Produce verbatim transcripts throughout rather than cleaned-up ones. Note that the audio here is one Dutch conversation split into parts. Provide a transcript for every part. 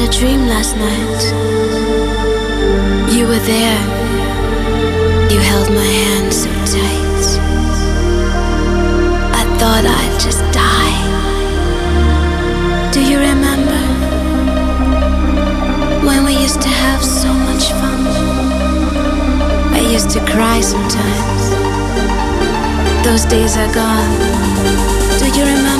a dream last night. You were there. You held my hand so tight. I thought I'd just die. Do you remember when we used to have so much fun? I used to cry sometimes. Those days are gone. Do you remember?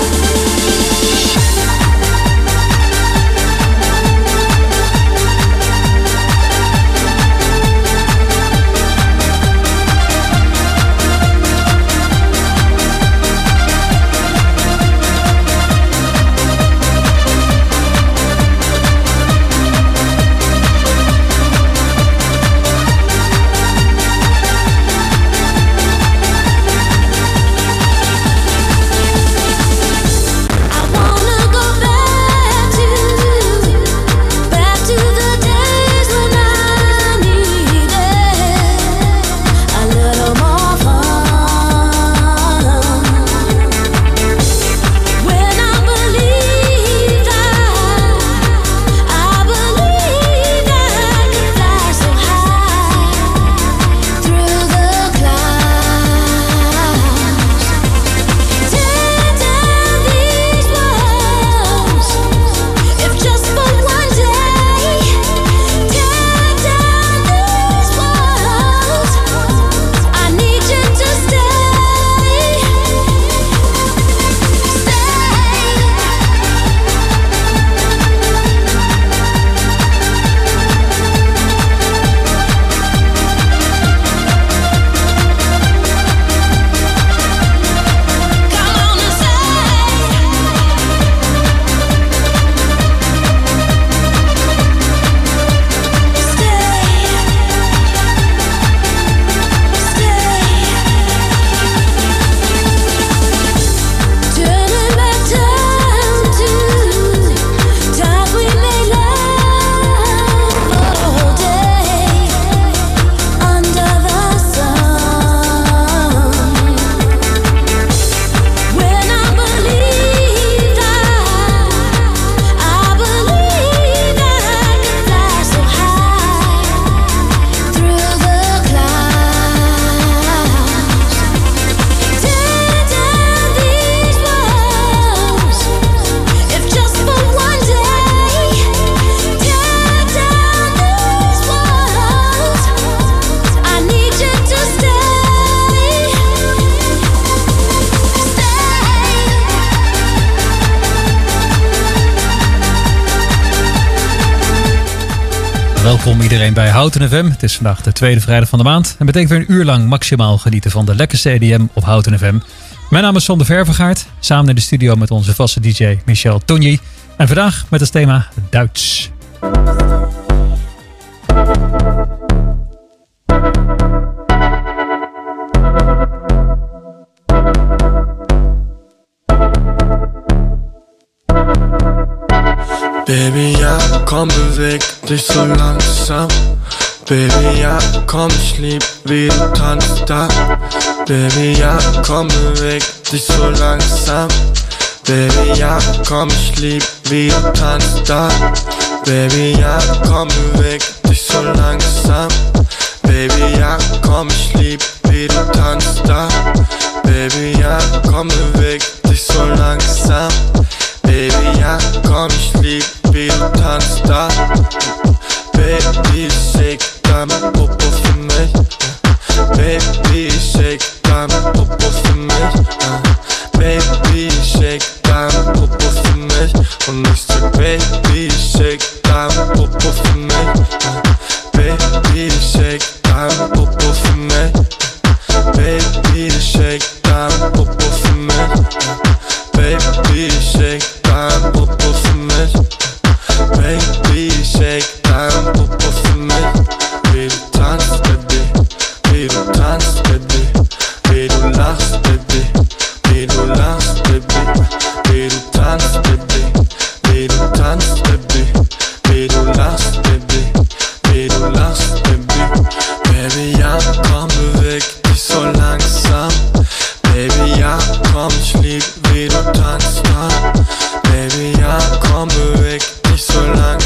Welkom iedereen bij Houten F M. Het is vandaag de tweede vrijdag van de maand. En betekent weer een uur lang maximaal genieten van de lekkerste E D M op Houten F M. Mijn naam is Sander Vervegaard. Samen in de studio met onze vaste D J Michel Tonji. En vandaag met als thema Duits. Baby, ja, komm, beweg dich so langsam. Baby, ja, komm, ich lieb, wie du tanzt da. Baby, ja, komm, beweg dich so langsam. Baby, ja, komm, ich lieb, wie du tanzt da. Baby, ja, komm, beweg dich so langsam. Baby, ja, komm, ich lieb, wie du tanzt da. Baby, ja, komm, beweg dich so langsam. Baby, ja, komm, ich lieb, wie du tanzt da. Baby, shake deine Popo für mich. Baby, shake deine Popo für mich. Baby, shake deine Popo für mich. Und ich sag, Baby, shake deine Popo für mich. Baby, shake deine Popo für mich. Baby, shake deine Popo für mich. Baby, shake deine Popo für mich. Baby, shake deine Popo für mich. Wie du tanzt, Baby, wie du tanzt, Baby, wie du lachst, Baby, wie du lachst, Baby, wie du tanzt, Baby, wie du tanzt, Baby, wie du lachst, Baby, wie du lachst, Baby. Baby, ja, komm, beweg dich so langsam. Baby, ja, komm, ich lieb, wie du tanzt da. Baby, ja, komm, beweg dich so langsam.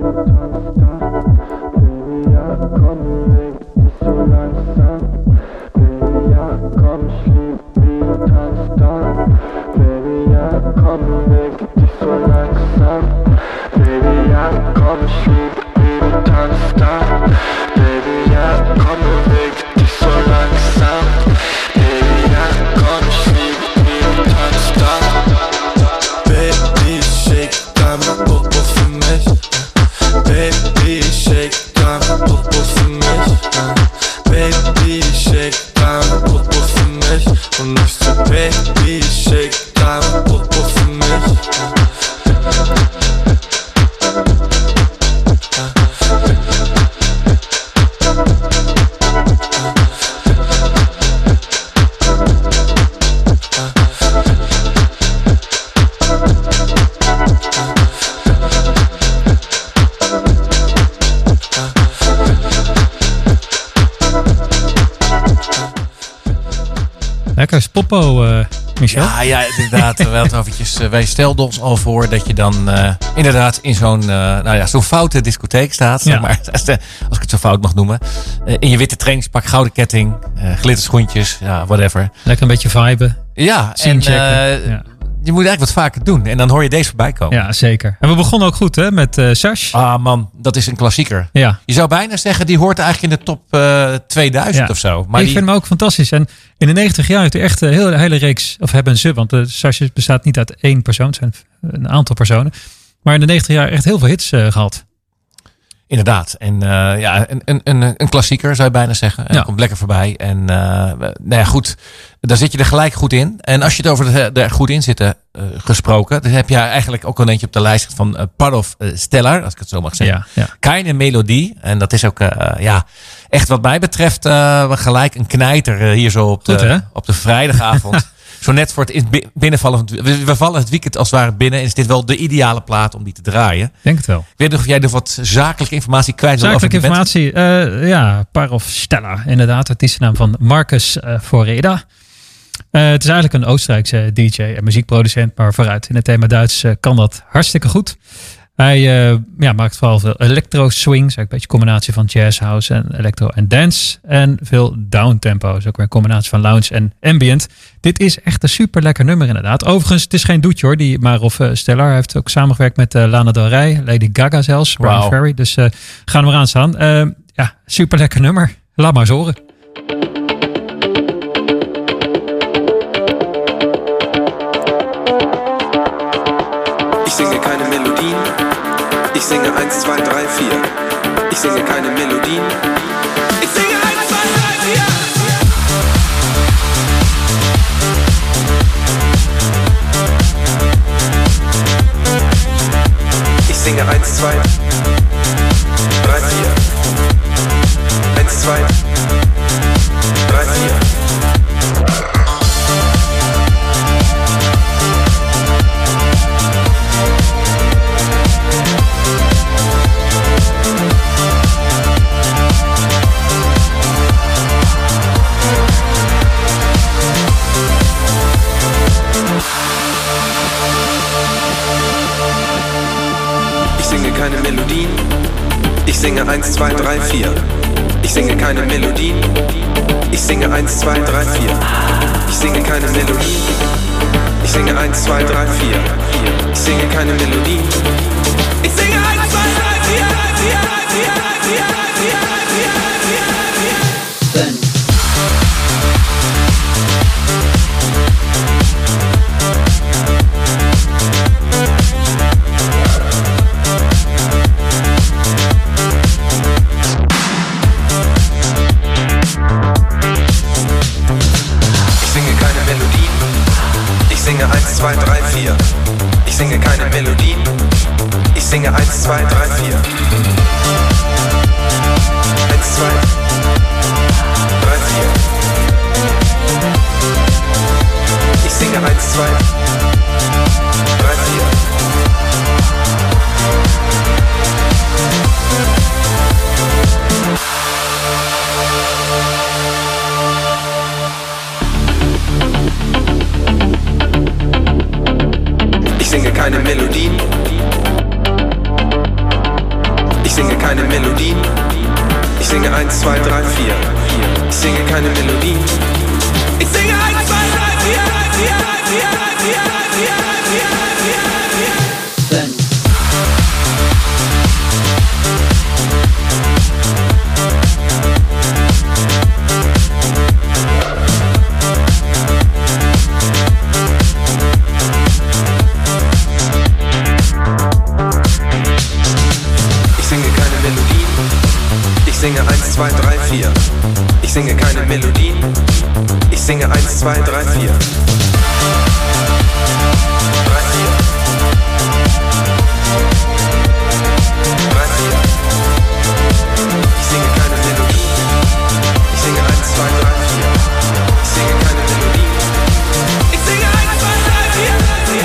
Lekker is Poppo, uh, Michel. Ja, ja, inderdaad. Wel eventjes, uh, wij stelden ons al voor dat je dan uh, inderdaad in zo'n uh, nou ja, zo'n foute discotheek staat. Ja. Maar, als ik het zo fout mag noemen. Uh, in je witte trainingspak, gouden ketting, uh, glitterschoentjes, ja, whatever. Lekker een beetje viben. Ja, en uh, ja. je moet eigenlijk wat vaker doen. En dan hoor je deze voorbij komen. Ja, zeker. En we begonnen ook goed hè, met uh, Sash. Ah man, dat is een klassieker. Ja. Je zou bijna zeggen, die hoort eigenlijk in de top uh, tweeduizend ja. of zo. Maar ik die... vind hem ook fantastisch. En in de negentig jaar heeft hij echt een hele, hele reeks, of hebben ze, want de Sash bestaat niet uit één persoon, het zijn een aantal personen. Maar in de negentig jaar echt heel veel hits uh, gehad. Inderdaad. En uh, ja, een, een, een, een klassieker zou je bijna zeggen. En ja. komt lekker voorbij. En uh, nou ja, goed. Daar zit je er gelijk goed in. En als je het over de, er goed in zitten uh, gesproken. Dan heb je eigenlijk ook al eentje op de lijst van uh, Parov uh, Stellar. Als ik het zo mag zeggen. Ja, ja. Keine melodie. En dat is ook uh, ja, echt wat mij betreft uh, gelijk een knijter uh, hier zo op de, goed, op de vrijdagavond. Zo net voor het binnenvallen. We vallen het weekend als het ware binnen. En is dit wel de ideale plaat om die te draaien? Denk het wel. Ik weet nog of jij nog wat zakelijke informatie kwijt wil. Zakelijke informatie, uh, ja. Parov Stella, inderdaad. Het is de naam van Marcus uh, Voreda. Uh, het is eigenlijk een Oostenrijkse D J en muziekproducent. Maar vooruit, in het thema Duits uh, kan dat hartstikke goed. Hij uh, ja, maakt vooral veel electro-swings. Een beetje een combinatie van jazz, house en electro en dance. En veel downtempo. Dus ook weer een combinatie van lounge en ambient. Dit is echt een super lekker nummer inderdaad. Overigens, het is geen doetje hoor. Die Marov uh, Stellar heeft ook samengewerkt met uh, Lana Del Rey. Lady Gaga zelfs. Brian wow. Ferry. Dus uh, gaan we eraan staan. Uh, ja, super lekker nummer. Laat maar eens horen. Ich singe keine Melodien, ich singe eins, zwei, drei, vier. Ich singe keine Melodien, ich singe eins, zwei, drei, vier. Ich singe eins, zwei, drei, vier. eins, zwei, drei, vier. Keine Melodien, ich singe eins, zwei, drei, vier. Ich singe keine Melodien, ich singe eins, zwei, drei, vier. Ich singe keine Melodien, ich singe eins, zwei, drei, vier. Ich singe keine Melodien, ich singe eins, zwei, drei, vier, vier, vier, vier, vier, vier, vier, vier. eins, zwei, drei, vier. Ich singe keine Melodien. Ich singe eins, zwei, drei, vier. eins, zwei, drei, vier. Ich singe eins, zwei, drei, vier. Ich singe keine Melodien. keine Melodien. Ich singe eins, zwei, drei, vier. Ich singe keine Melodien. Ich singe eins, zwei, drei, vier, vier, vier, vier, vier, vier, vier, vier. Ich singe keine Melodien. Ich singe eins, zwei, drei, vier. Ich singe keine Melodien. Ich singe eins, zwei, drei, vier. Drei, vier. Drei, vier. Ich singe keine Melodien. Ich singe eins, zwei, drei, vier. Ich singe keine Melodien. Ich singe eins, zwei, drei, vier.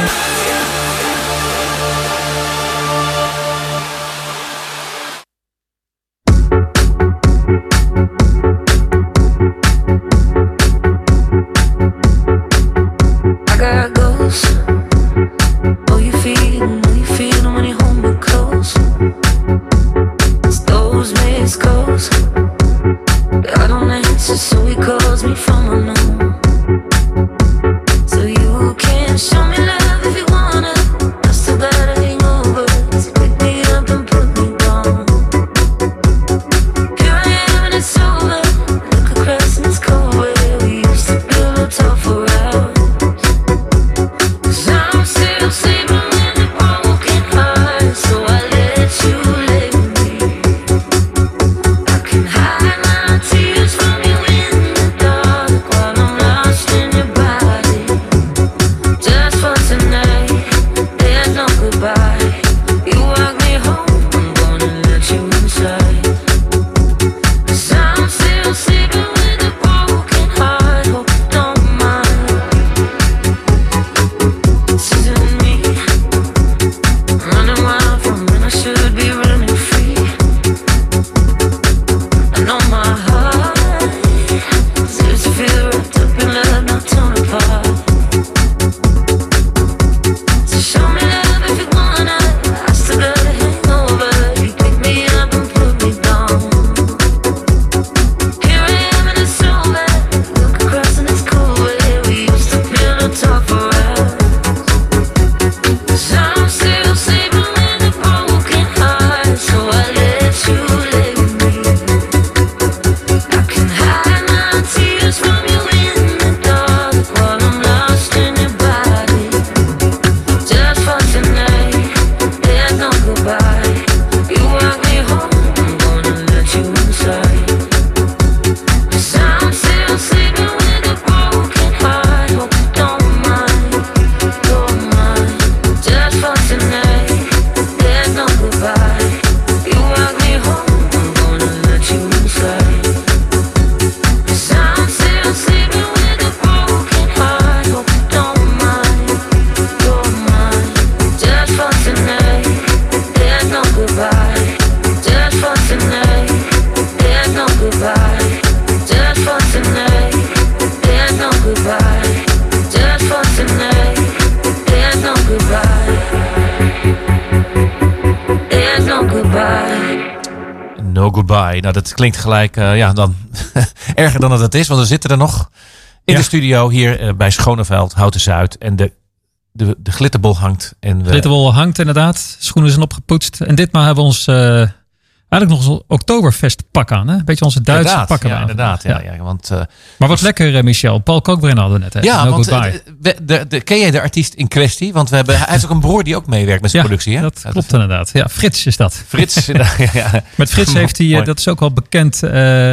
Nou, dat klinkt gelijk uh, ja, dan erger dan dat het is. Want we zitten er nog in ja. de studio hier uh, bij Schoneveld, Houten Zuid. En de, de, de glitterbol hangt. En we... De glitterbol hangt inderdaad. Schoenen zijn opgepoetst. En ditmaal hebben we ons uh, eigenlijk nog een Oktoberfest pak aan. Hè? Een beetje onze Duitse inderdaad, pakken ja, aan. Inderdaad, ja. ja, ja want, uh, maar wat was... lekker, uh, Michel. Paul Kalkbrenner hadden we net. Hè? Ja, no want de, de, de, ken jij de artiest in kwestie? Want we hebben, hij heeft ook een broer die ook meewerkt met zijn ja, productie. Hè? Dat ja, klopt dat... inderdaad. Ja, Frits is dat. Frits. ja, ja. Met Frits heeft hij, uh, dat is ook wel bekend,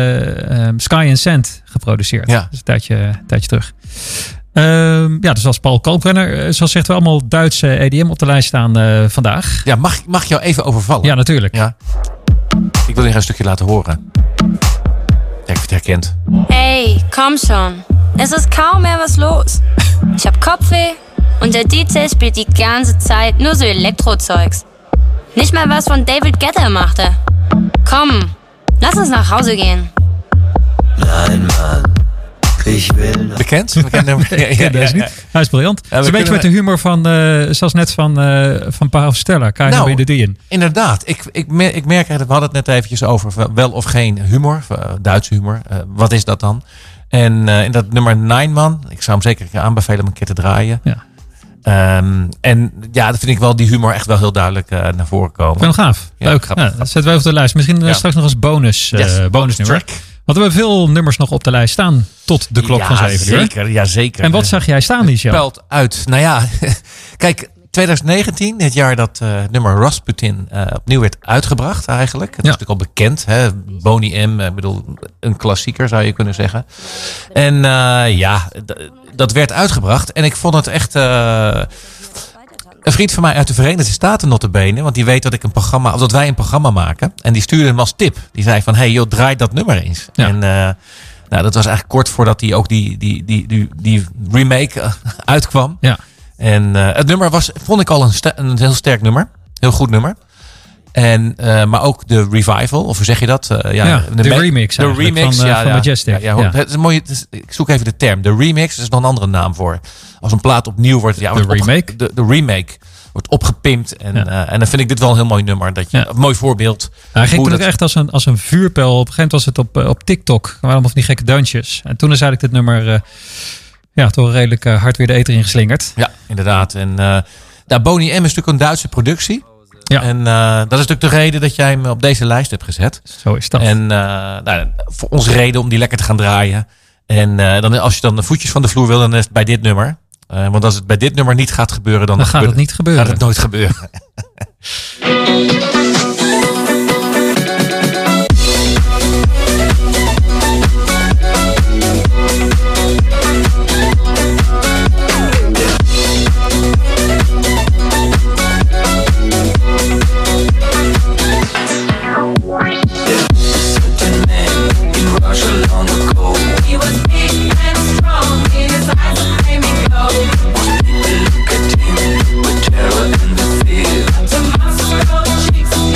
uh, um, Sky and Sand geproduceerd. Ja. Dat is een tijdje, een tijdje terug. Uh, ja, dus als Paul Kalkbrenner. Uh, zoals zegt, we allemaal Duitse E D M op de lijst staan uh, vandaag. Ja, mag, mag ik jou even overvallen? Ja, natuurlijk. Ja. Ik wil je een stukje laten horen. Kijk of je het herkent. Hey, komm schon. Es ist kaum mehr was los. Ich hab Kopfweh und der D J spielt die ganze Zeit nur so Elektrozeugs. Nicht mal was von David Guetta machte. Komm, lass uns nach Hause gehen. Nein, Mann. Bekend? Bekend nummer? Ja, ja, ja, deze niet. Hij is briljant. Ja, het is een beetje met de humor van, uh, zoals net van, uh, van Paul Stella. Kan je nou, nou de in? Inderdaad. Ik, ik, mer- ik merk, we hadden het net eventjes over wel of geen humor. Uh, Duitse humor. Uh, wat is dat dan? En uh, in dat nummer Nine Man, ik zou hem zeker aanbevelen om een keer te draaien. Ja. Um, en ja, dat vind ik wel die humor echt wel heel duidelijk uh, naar voren komen. Wel gaaf. Ja, Leuk. Ja, dat zetten wij op de lijst. Misschien ja. straks nog als bonus, uh, yes, bonusnummer. Want we hebben veel nummers nog op de lijst staan tot de klok ja, van zeven uur. Zeker, ja, zeker. En wat zag jij staan, Michel? Het pelt uit. Nou ja, kijk, twintig negentien, het jaar dat uh, het nummer Rasputin uh, opnieuw werd uitgebracht eigenlijk. Het ja. was natuurlijk al bekend. Hè? Boney M, ik bedoel, een klassieker zou je kunnen zeggen. En uh, ja, d- dat werd uitgebracht. En ik vond het echt... Uh, Een vriend van mij uit de Verenigde Staten notabene, want die weet dat ik een programma, of dat wij een programma maken. En die stuurde hem als tip. Die zei van, hey joh, draai dat nummer eens. Ja. En uh, nou, dat was eigenlijk kort voordat die ook die, die, die, die, die remake uh, uitkwam. Ja. En uh, het nummer was, vond ik al een, st- een heel sterk nummer. Heel goed nummer. En, uh, maar ook de revival, of hoe zeg je dat? Uh, ja, ja, de, de remix De remix van, uh, ja, van Majestic. Ja, ja, ja. Het is mooi, het is, ik zoek even de term. De remix, er is nog een andere naam voor. Als een plaat opnieuw wordt... Ja, de wordt remake? Opge- de, de remake wordt opgepimpt. En, ja. uh, en dan vind ik dit wel een heel mooi nummer. Dat je, ja. Een mooi voorbeeld. Ja, hij ging toen dat... ook echt als een, als een vuurpijl. Op een gegeven moment was het op, uh, op TikTok. Waarom of die gekke dansjes. En toen is eigenlijk dit nummer... Uh, ja, toch redelijk uh, hard weer de eter ingeslingerd. Ja, inderdaad. En uh, nou, Boney M is natuurlijk een Duitse productie. Ja. En uh, dat is natuurlijk de reden dat jij hem op deze lijst hebt gezet. Zo is dat. En uh, nou, voor ons reden om die lekker te gaan draaien. En uh, dan, als je dan de voetjes van de vloer wil, dan is het bij dit nummer. Uh, want als het bij dit nummer niet gaat gebeuren, dan, dan gaat gebeurt, het niet gebeuren. Gaat het nooit gebeuren. Terror in the field. To my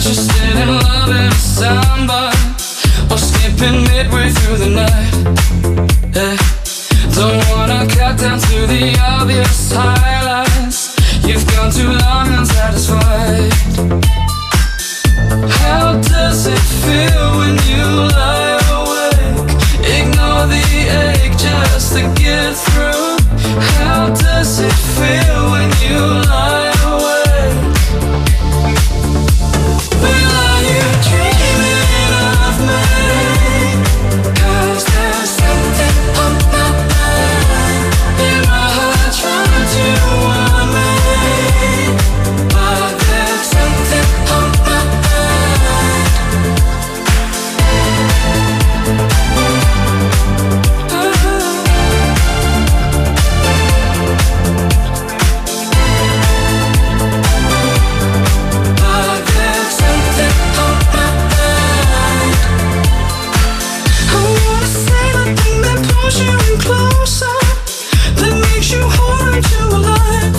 interested in loving somebody or skipping midway through the night. Yeah. Don't wanna cut down to the obvious highlights. You've gone too long unsatisfied. How does it feel when you lie awake? Ignore the ache just to get through. How does it feel when you lie awake? Well, are you dreaming of me? 'Cause there's something on my mind. In my heart trying to warn me, but there's something on my mind. But there's something on my mind. I wanna say the thing that pulls you in closer, that makes you harder to alive.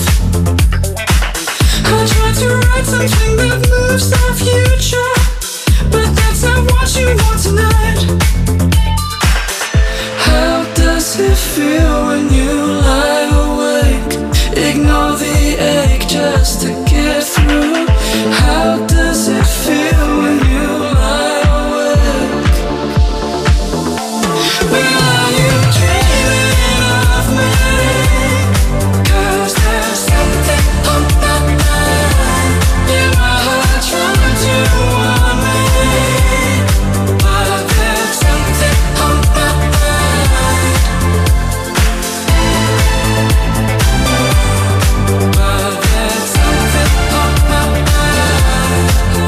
I try to write something that moves the future, but that's not what you want tonight. How does it feel when you lie awake? Ignore the ache just to get through. How does it feel when you lie awake? Well, are you dreaming of me? 'Cause there's something on my mind. In my heart trying to warn me, but there's something on my mind. But there's something on my mind.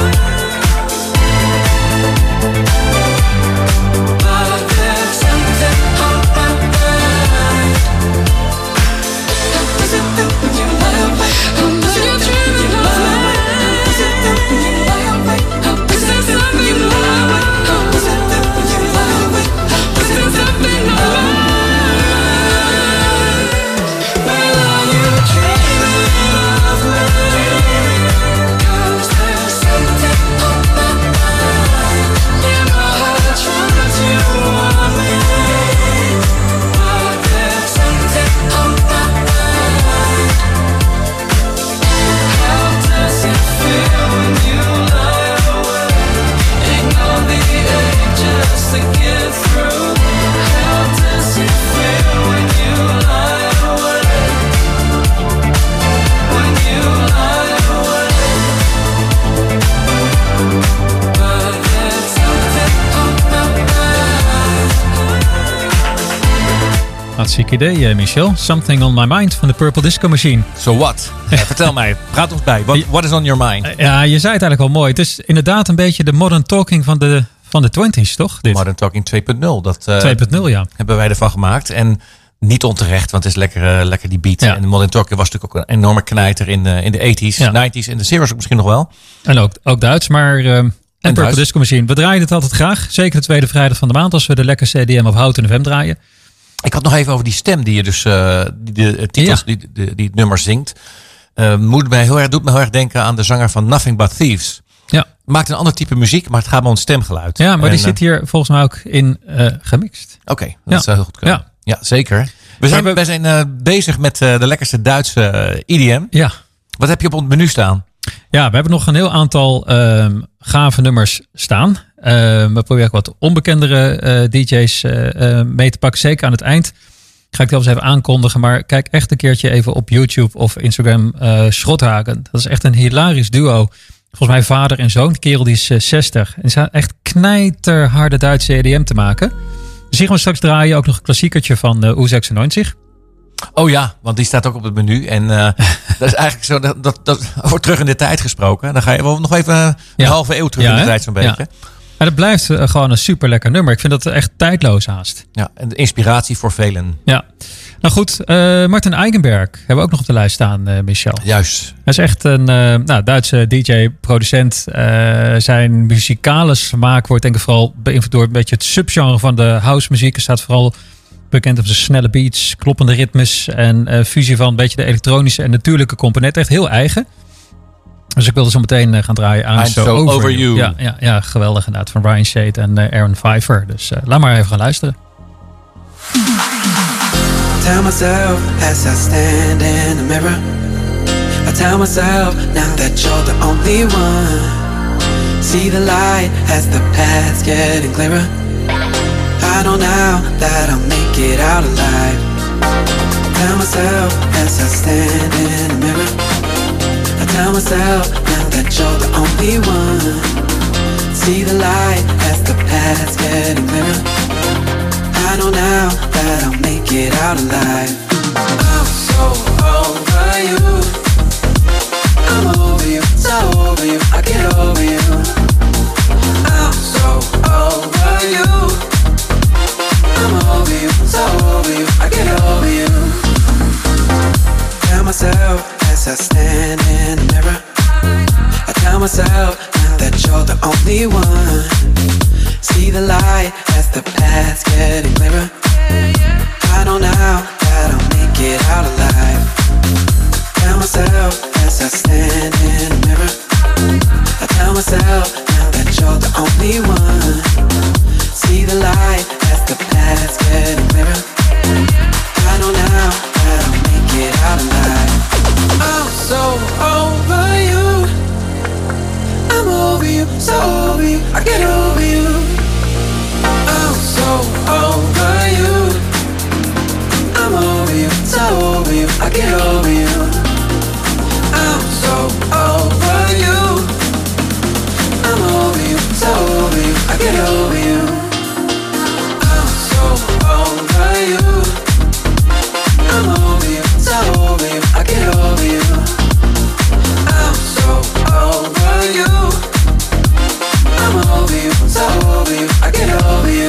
But there's something on my mind. How does it feel when you lie awake? How does it feel when you lie awake? How does it feel when you lie awake? How does it feel when you lie awake? How does it feel when you lie awake? How does it feel when you lie awake? Well, are you dreaming of me? 'Cause there's something on my mind. In my heart trying to warn me, but there's something on my mind. How does it feel when you lie awake? Ignore the ache just to get through. How does it feel when you lie awake? When you lie awake, but there's something on my mind. Hartstikke idee, eh, Michel. Something on my mind van de Purple Disco Machine. So what? Ja, vertel mij, praat ons bij. What, what is on your mind? Ja, je zei het eigenlijk al mooi. Het is inderdaad een beetje de modern talking van de, van de twinties, toch? Dit. Modern Talking twee punt nul. Dat eh, twee punt nul, ja. hebben wij ervan gemaakt. En niet onterecht, want het is lekker, eh, lekker die beat. Ja. En Modern Talking was natuurlijk ook een enorme knijter in, uh, in de tachtigs, Ja. nineties en de zeros ook misschien nog wel. En ook, ook Duits, maar uh, en Purple Duits. Disco Machine. We draaien het altijd graag. Zeker de tweede vrijdag van de maand als we de lekker C D M of Houten F M draaien. Ik had nog even over die stem die je dus, uh, die de uh, titels, Ja. die, die, die het nummer zingt. Uh, moet mij heel erg, doet me heel erg denken aan de zanger van Nothing But Thieves. Ja. Maakt een ander type muziek, maar het gaat om een stemgeluid. Ja, maar En, die uh, zit hier volgens mij ook in uh, gemixt. Oké, okay, dat Ja. zou heel goed kunnen. Ja. Ja, zeker. We zijn, we- wij zijn uh, bezig met uh, de lekkerste Duitse uh, E D M. Ja. Wat heb je op ons menu staan? Ja, we hebben nog een heel aantal um, gave nummers staan. Uh, we proberen ook wat onbekendere uh, D J's uh, uh, mee te pakken. Zeker aan het eind ga ik dat eens even aankondigen. Maar kijk echt een keertje even op YouTube of Instagram uh, Schrothagen. Dat is echt een hilarisch duo. Volgens mij vader en zoon. De kerel die is uh, zestig. En ze zijn echt knijterharde Duitse E D M te maken. Dus hier gaan we straks draaien. Ook nog een klassiekertje van uh, U zesennegentig. Oh ja, want die staat ook op het menu. En uh, dat is eigenlijk zo, dat, dat, dat over terug in de tijd gesproken. Dan ga je wel nog even een Ja. halve eeuw terug Ja, in de hè? tijd zo'n Ja. beetje. Maar dat blijft uh, gewoon een super lekker nummer. Ik vind dat echt tijdloos haast. Ja, en de inspiratie voor velen. Ja. Nou goed, uh, Martin Eigenberg hebben we ook nog op de lijst staan, uh, Michel. Juist. Hij is echt een uh, nou, Duitse D J, producent. Uh, zijn muzikale smaak wordt denk ik vooral beïnvloed door een beetje het subgenre van de housemuziek. Hij staat vooral bekend op zijn snelle beats, kloppende ritmes en uh, fusie van een beetje de elektronische en natuurlijke component. Echt heel eigen. Dus ik wilde zo meteen uh, gaan draaien aan I'm So, so Over, over You. You. Ja, ja, ja, geweldig inderdaad. Van Ryan Shade en uh, Aaron Pfeiffer. Dus uh, laat maar even gaan luisteren. Tell myself as I stand in the mirror. I tell myself now that you're the only one. See the light as the path's getting clearer. I know now that I'll make it out alive. Tell myself as I stand in the mirror. I tell myself now that you're the only one. See the light as the path's getting clearer. I know now that I'll make it out alive. I'm so over you. I'm over you, so over you, I get over you. I'm so over you. I'm over you, so over you, I get over you. Tell myself as I stand in the mirror. I tell myself now that you're the only one. See the light as the path's getting clearer. I know now that I'll make it out alive. Tell myself as I stand in the mirror. I tell myself now that you're the only one. See the light as the path's getting clearer. I know now that I'll make it out alive. I'm so over you. I'm over you, so over you, I get over you. I'm so over you. I'm over you, so over you, I get over you. I'm so over you. I'm over you, so over you, I get over you. I'm so over you. I'm over you, so over you, I get over you. I'm so over you. I'm over you, so over you, I get over you.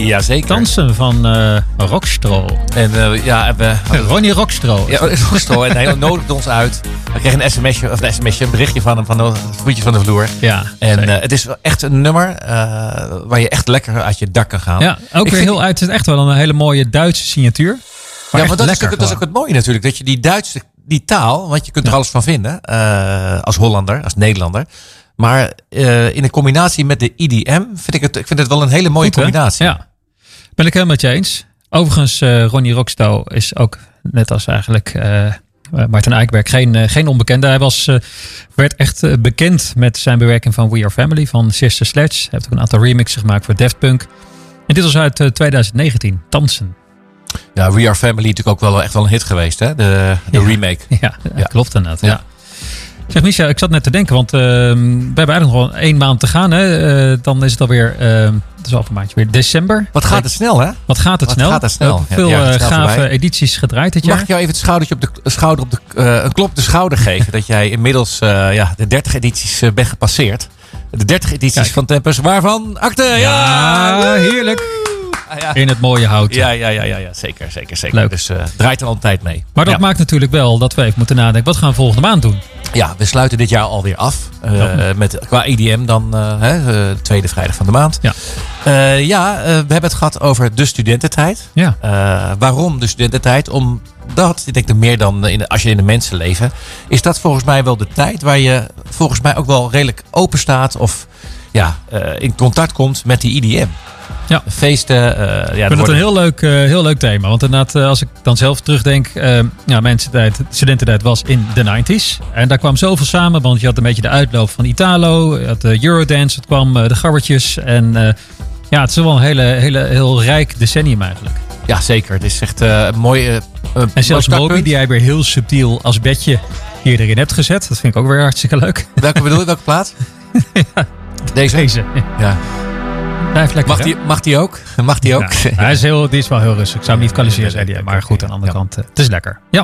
Jazeker. Dansen van uh, Rockstro. En uh, ja, we... Ronnie Rockstro. Ja, Rockstro. En hij nodigde ons uit. We kregen een sms'je, of een sms'je, een berichtje van hem, van de voetjes van de vloer. Ja, en uh, het is echt een nummer uh, waar je echt lekker uit je dak kan gaan. Ja, ook Ik weer heel die... uit. Het is echt wel een hele mooie Duitse signatuur. Ja, maar dat is, ook, dat is ook het mooie natuurlijk. Dat je die Duitse, die taal, want je kunt er ja. alles van vinden. Uh, als Hollander, als Nederlander. Maar uh, in een combinatie met de I D M vind ik het, ik vind het wel een hele mooie Goed, combinatie. Ja, ben ik helemaal met je eens. Overigens, uh, Ronnie Rockstro is ook, net als eigenlijk uh, Maarten Eickberg, geen, uh, geen onbekende. Hij was, uh, werd echt uh, bekend met zijn bewerking van We Are Family van Sister Sledge. Hij heeft ook een aantal remixen gemaakt voor Daft Punk. En dit was uit uh, twintig negentien, Dansen. Ja, We Are Family natuurlijk ook wel echt wel een hit geweest, hè? De, de ja. remake. Ja, ja, klopt inderdaad. Ja. Ja. Zeg Micha, ik zat net te denken, want uh, we hebben eigenlijk nog wel één maand te gaan. Hè? Uh, dan is het alweer, uh, het is al een maandje weer december. Wat gaat het snel, hè? Wat gaat het Wat snel? Gaat het snel? Ja, veel uh, gave voorbij. edities gedraaid dit jaar. Mag ik jou even het schoudertje op de schouder op de uh, een klop op de schouder geven dat jij inmiddels uh, ja, de dertig edities uh, bent gepasseerd? De dertig edities Kijk. van Tempus, waarvan Akte. Ja, ja heerlijk. Ah, ja. In het mooie hout. Ja, ja, ja, ja, ja. zeker, zeker, zeker. Leuk. Dus uh, draait er altijd mee. Maar dat ja. maakt natuurlijk wel dat we even moeten nadenken. Wat gaan we volgende maand doen? Ja, we sluiten dit jaar alweer af. Uh, ja. met, qua E D M dan uh, hè, de tweede vrijdag van de maand. Ja, uh, ja uh, we hebben het gehad over de studententijd. Ja. Uh, waarom de studententijd? Omdat, ik denk er meer dan in, als je in de mensenleven, is dat volgens mij wel de tijd waar je volgens mij ook wel redelijk open staat of ja, uh, in contact komt met die E D M. Ja. Feesten. Uh, ja, ik vind het een heel leuk, uh, heel leuk thema. Want inderdaad, uh, als ik dan zelf terugdenk. Uh, ja, mijn studententijd was in de negentig. En daar kwam zoveel samen. Want je had een beetje de uitloop van Italo. Je had de Eurodance. Het kwam uh, de gabbertjes. En uh, ja, het is wel een hele, hele, heel rijk decennium eigenlijk. Ja, zeker. Het is echt uh, een mooi uh, En zelfs Moby, die jij weer heel subtiel als bedje hier erin hebt gezet. Dat vind ik ook weer hartstikke leuk. Welke bedoel je? Welke plaat? ja. Deze? Deze. Ja. Lekker, mag, die, mag die ook? Mag die ook? Ja, hij is heel, die is wel heel rustig. Ik zou hem niet kwalificeren, zei hij. Maar goed, aan de andere ja. kant, uh, het is lekker. Ja.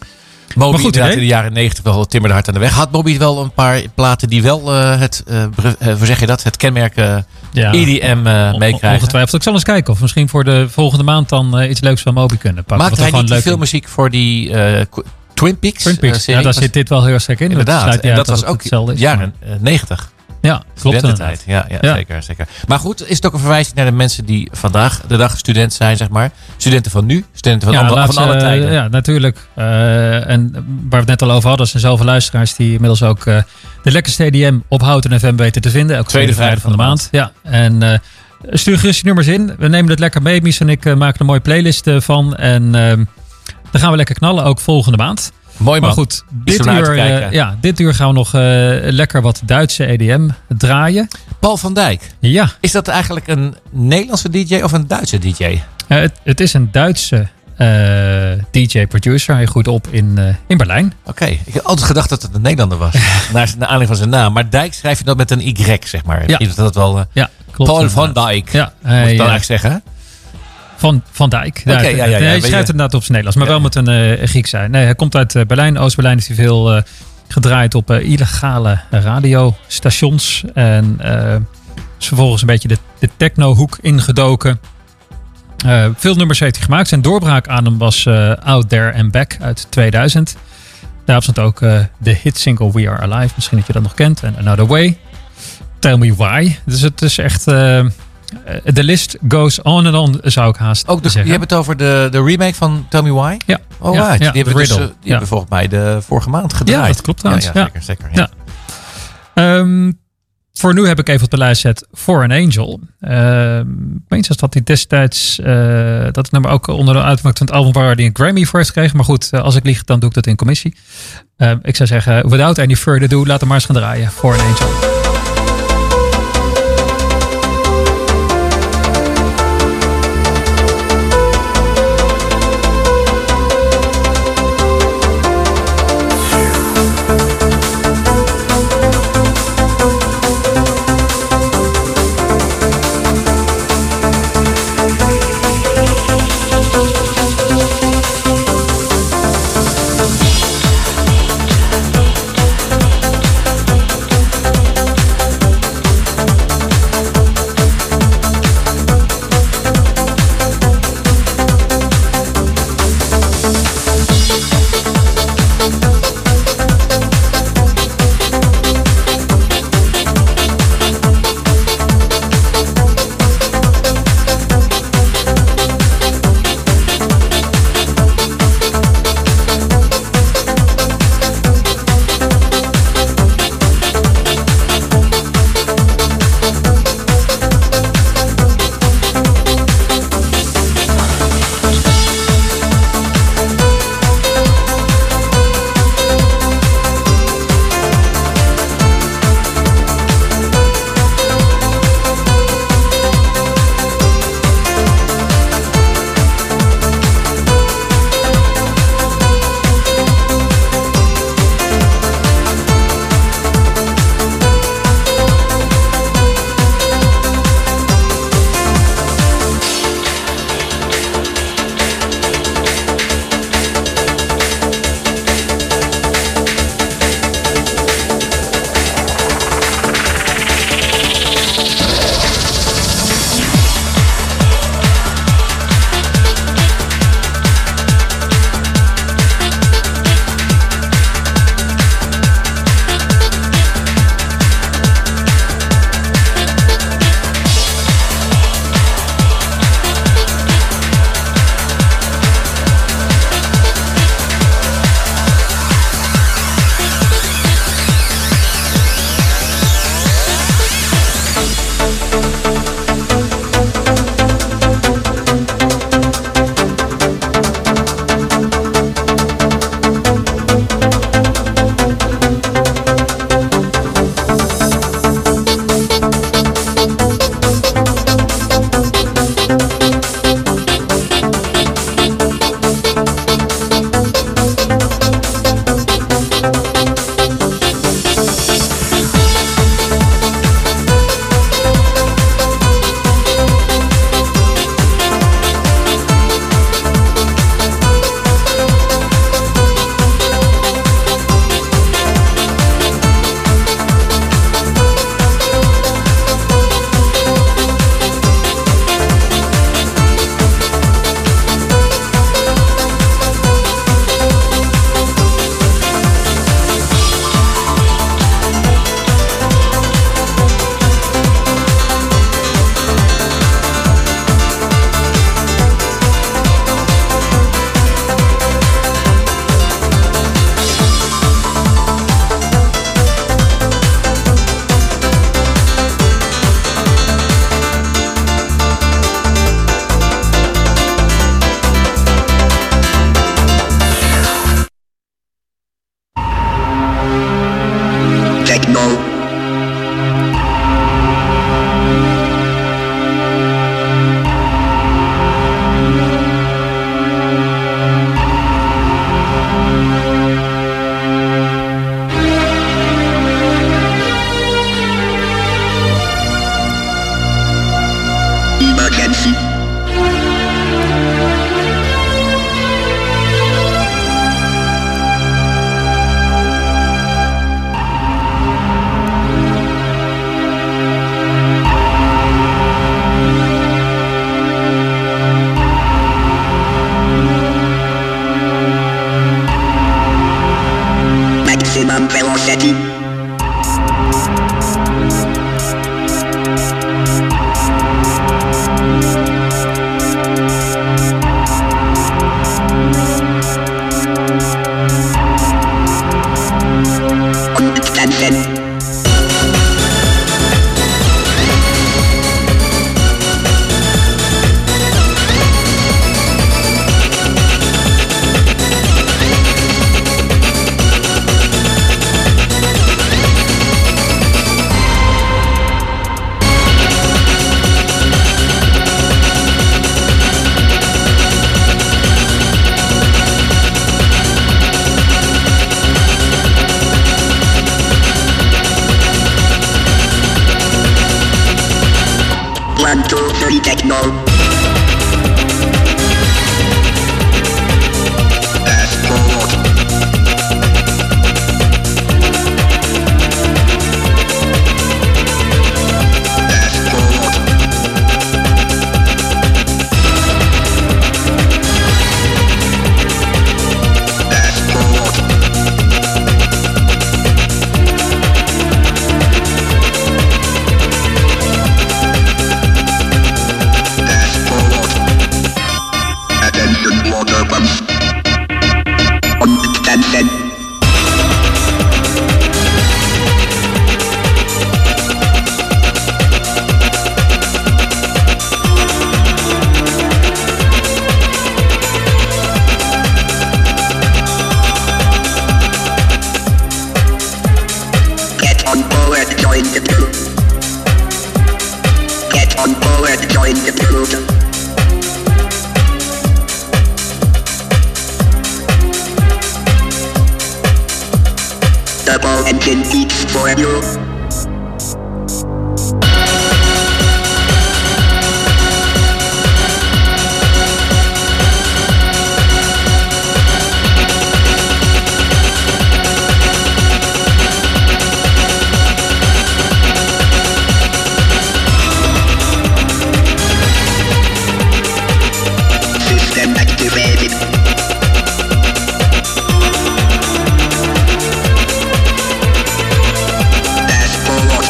Moby goed, inderdaad in de jaren negentig wel timmerde hard aan de weg. Had Moby wel een paar platen die wel uh, het, uh, uh, hoe zeg je dat? Het kenmerk uh, ja. E D M uh, meekrijgen? Ongetwijfeld. Ik zal eens kijken of misschien voor de volgende maand dan uh, iets leuks van Moby kunnen pakken. Maakt hij niet leuk veel muziek voor die uh, Twin Peaks? Twin Peaks, uh, ja, daar zit dit wel heel sterk in. Inderdaad, dat en dat was ook jaren negentig. Ja, klopt. Studententijd. Ja, ja, ja. Zeker, zeker. Maar goed, is het ook een verwijzing naar de mensen die vandaag de dag student zijn, zeg maar? Studenten van nu, studenten van, ja, andere, van alle tijden. Ja, natuurlijk. Uh, en waar we het net al over hadden, zijn zoveel luisteraars die inmiddels ook uh, de lekkerste E D M op Houten F M weten te vinden. Elke tweede vrijdag van de maand. maand. Ja, en uh, stuur gerust je nummers in. We nemen het lekker mee. Mies en ik uh, maken een mooie playlist uh, van. En uh, dan gaan we lekker knallen, ook volgende maand. Mooi man. Maar goed, dit uur, uh, ja, dit uur gaan we nog uh, lekker wat Duitse E D M draaien. Paul van Dijk. Ja. Is dat eigenlijk een Nederlandse D J of een Duitse D J? Uh, het, het is een Duitse uh, D J-producer. Hij groeit op in, uh, in Berlijn. Oké. Okay. Ik heb altijd gedacht dat het een Nederlander was. naar, naar aanleiding van zijn naam. Maar Dijk schrijf je dat met een Y, zeg maar. Ja. Dat het wel, uh, ja, klopt. Paul van Dijk. Ja, hij, moet ik dan eigenlijk zeggen, hè? Van, van Dijk. Okay, ja, ja, ja, hij schrijft het inderdaad op zijn Nederlands, maar ja. wel met een uh, Griek zijn. Nee, hij komt uit uh, Berlijn. Oost-Berlijn heeft hij veel uh, gedraaid op uh, illegale radiostations. En uh, is vervolgens een beetje de, de techno-hoek ingedoken. Uh, veel nummers heeft hij gemaakt. Zijn doorbraak aan hem was uh, Out There and Back uit tweeduizend. Daarop stond ook uh, de hitsingle We Are Alive. Misschien dat je dat nog kent. En Another Way. Tell Me Why. Dus het is echt... Uh, de list goes on and on, zou ik haast ook de, zeggen. Je hebt het over de, de remake van Tell Me Why? Ja. Oh, ja, right. ja, die hebben, dus, uh, die ja. hebben volgens mij de vorige maand gedraaid. Ja, dat klopt trouwens. Ja, ja, zeker. zeker ja. Ja. Um, voor nu heb ik even op de lijst gezet For an Angel. Uh, Meens dat hij destijds uh, dat het nummer ook onder de uitmaakt van het album waar hij een Grammy voor heeft gekregen. Maar goed, uh, als ik lieg, dan doe ik dat in commissie. Uh, ik zou zeggen, without any further ado, laten we maar eens gaan draaien. For an Angel. maximum velocity. Attention. One, two, three, techno. Fast forward. Fast forward. Fast forward. Attention, water pumps. Attention. Get on board, join the crew. Get on board, join the crew. Double engine beats for you. System activated. Fast forward.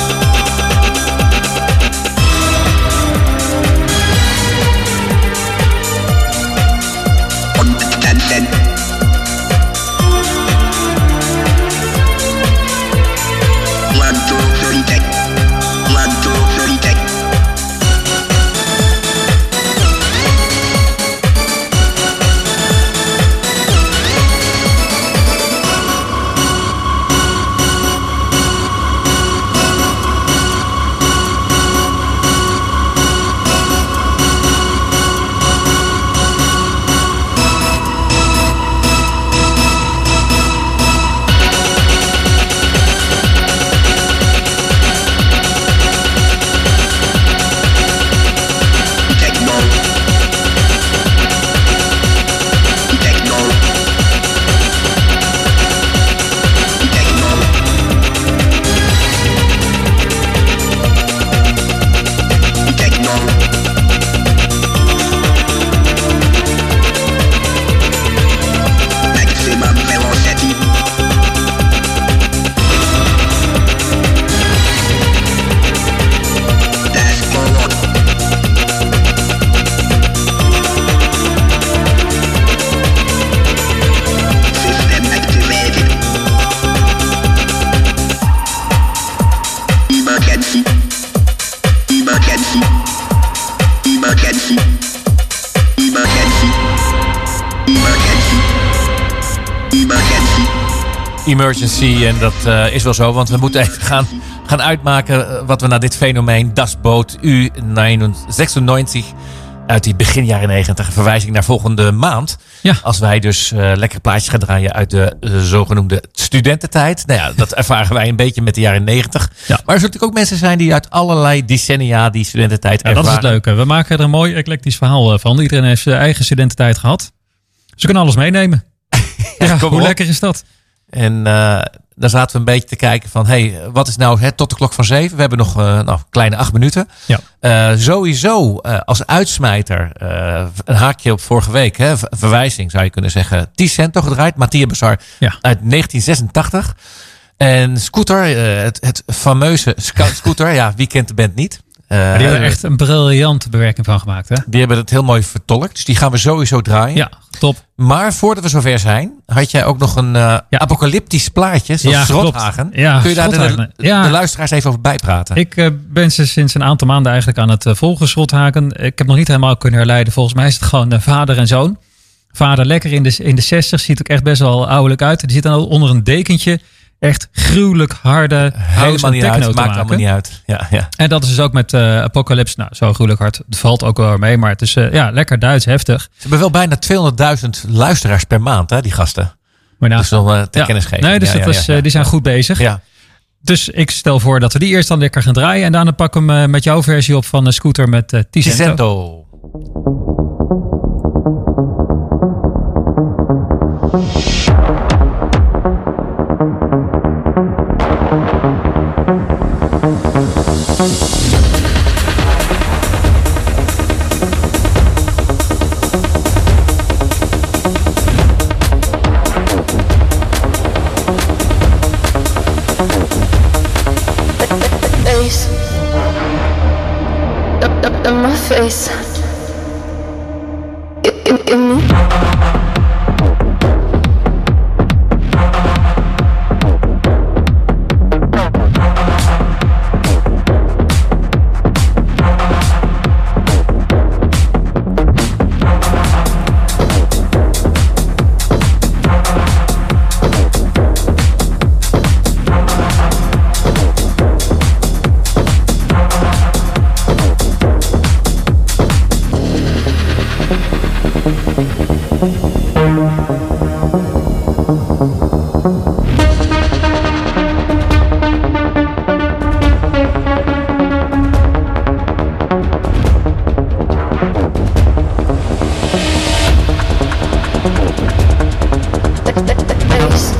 Attention. One, two, three, tech. One, two, three, tech. Techno. Techno. Techno. Techno. Maximum velocity. Fast forward. System activated. Emergency. Emergency. Emergency. Emergency. Emergency. Emergency. Emergency, en dat uh, is wel zo, want we moeten even gaan, gaan uitmaken uh, wat we naar dit fenomeen Das Boot U zesennegentig uit die begin jaren negentig, een verwijzing naar volgende maand. Ja. Als wij dus uh, lekker plaatjes gaan draaien uit de uh, zogenoemde studententijd. Nou ja, dat ervaren wij een beetje met de jaren negentig. Ja. Maar er zullen natuurlijk ook mensen zijn die uit allerlei decennia die studententijd Ja, ervaren. dat is het leuke. We maken er een mooi eclectisch verhaal van. Iedereen heeft zijn eigen studententijd gehad. Ze kunnen alles meenemen. Ja, kom hoe op. lekker is dat? En uh, dan zaten we een beetje te kijken van, hey, wat is nou hè, tot de klok van zeven? We hebben nog uh, nou, een kleine acht minuten. Ja. Uh, sowieso uh, als uitsmijter, uh, een haakje op vorige week, hè, verwijzing zou je kunnen zeggen. Ticento gedraaid, Mattia Bazzar Ja. uit negentien zesentachtig. En Scooter, uh, het, het fameuze Scout Scooter, ja, wie kent de band niet? Uh, Maar die hebben er echt een briljante bewerking van gemaakt, hè? Die hebben het heel mooi vertolkt. Dus die gaan we sowieso draaien. Ja, top. Maar voordat we zover zijn, had jij ook nog een uh, Ja. apocalyptisch plaatje. Zoals Ja, klopt. Schrothagen. Ja, Kun je daar de, Schrothagen. de, Ja. de luisteraars even over bijpraten? Ik uh, ben ze sinds een aantal maanden eigenlijk aan het uh, volgen, Schrothagen. Ik heb nog niet helemaal kunnen herleiden. Volgens mij is het gewoon uh, vader en zoon. Vader lekker in de, in de zestig. Ziet ook echt best wel ouderlijk uit. Die zit dan onder een dekentje. Echt gruwelijk harde house Helemaal en niet techno uit. te Maakt maken. allemaal niet uit. Ja, ja. En dat is dus ook met uh, Apocalypse. Nou, zo gruwelijk hard. Het valt ook wel mee. Maar het is uh, ja, lekker Duits, heftig. Ze hebben wel bijna tweehonderdduizend luisteraars per maand, hè, die gasten. Maar nou, Dus dan uh, ter ja. kennis geven. Nee, dus ja, dat ja, was, ja, uh, ja. die zijn goed bezig. Ja. Dus ik stel voor dat we die eerst dan lekker gaan draaien. En daarna pak hem uh, met jouw versie op van uh, Scooter met uh, Ticento. Ticento. Face. Up, up, up my face. Give, give, give me. Face.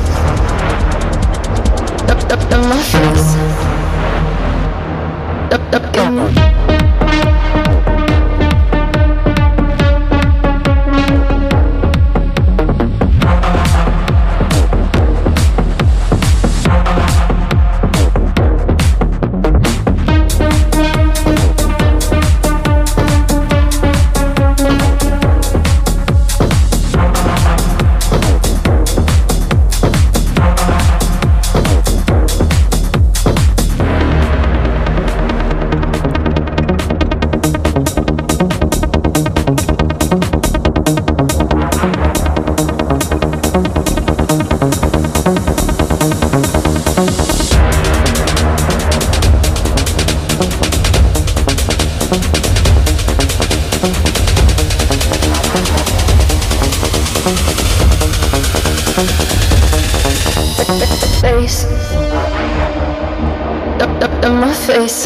Up, up, up my face. Up, up, give me. Face. Up, up, up my face.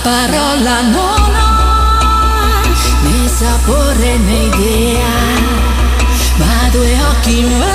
parola non ho né sapore né idea, ma due occhi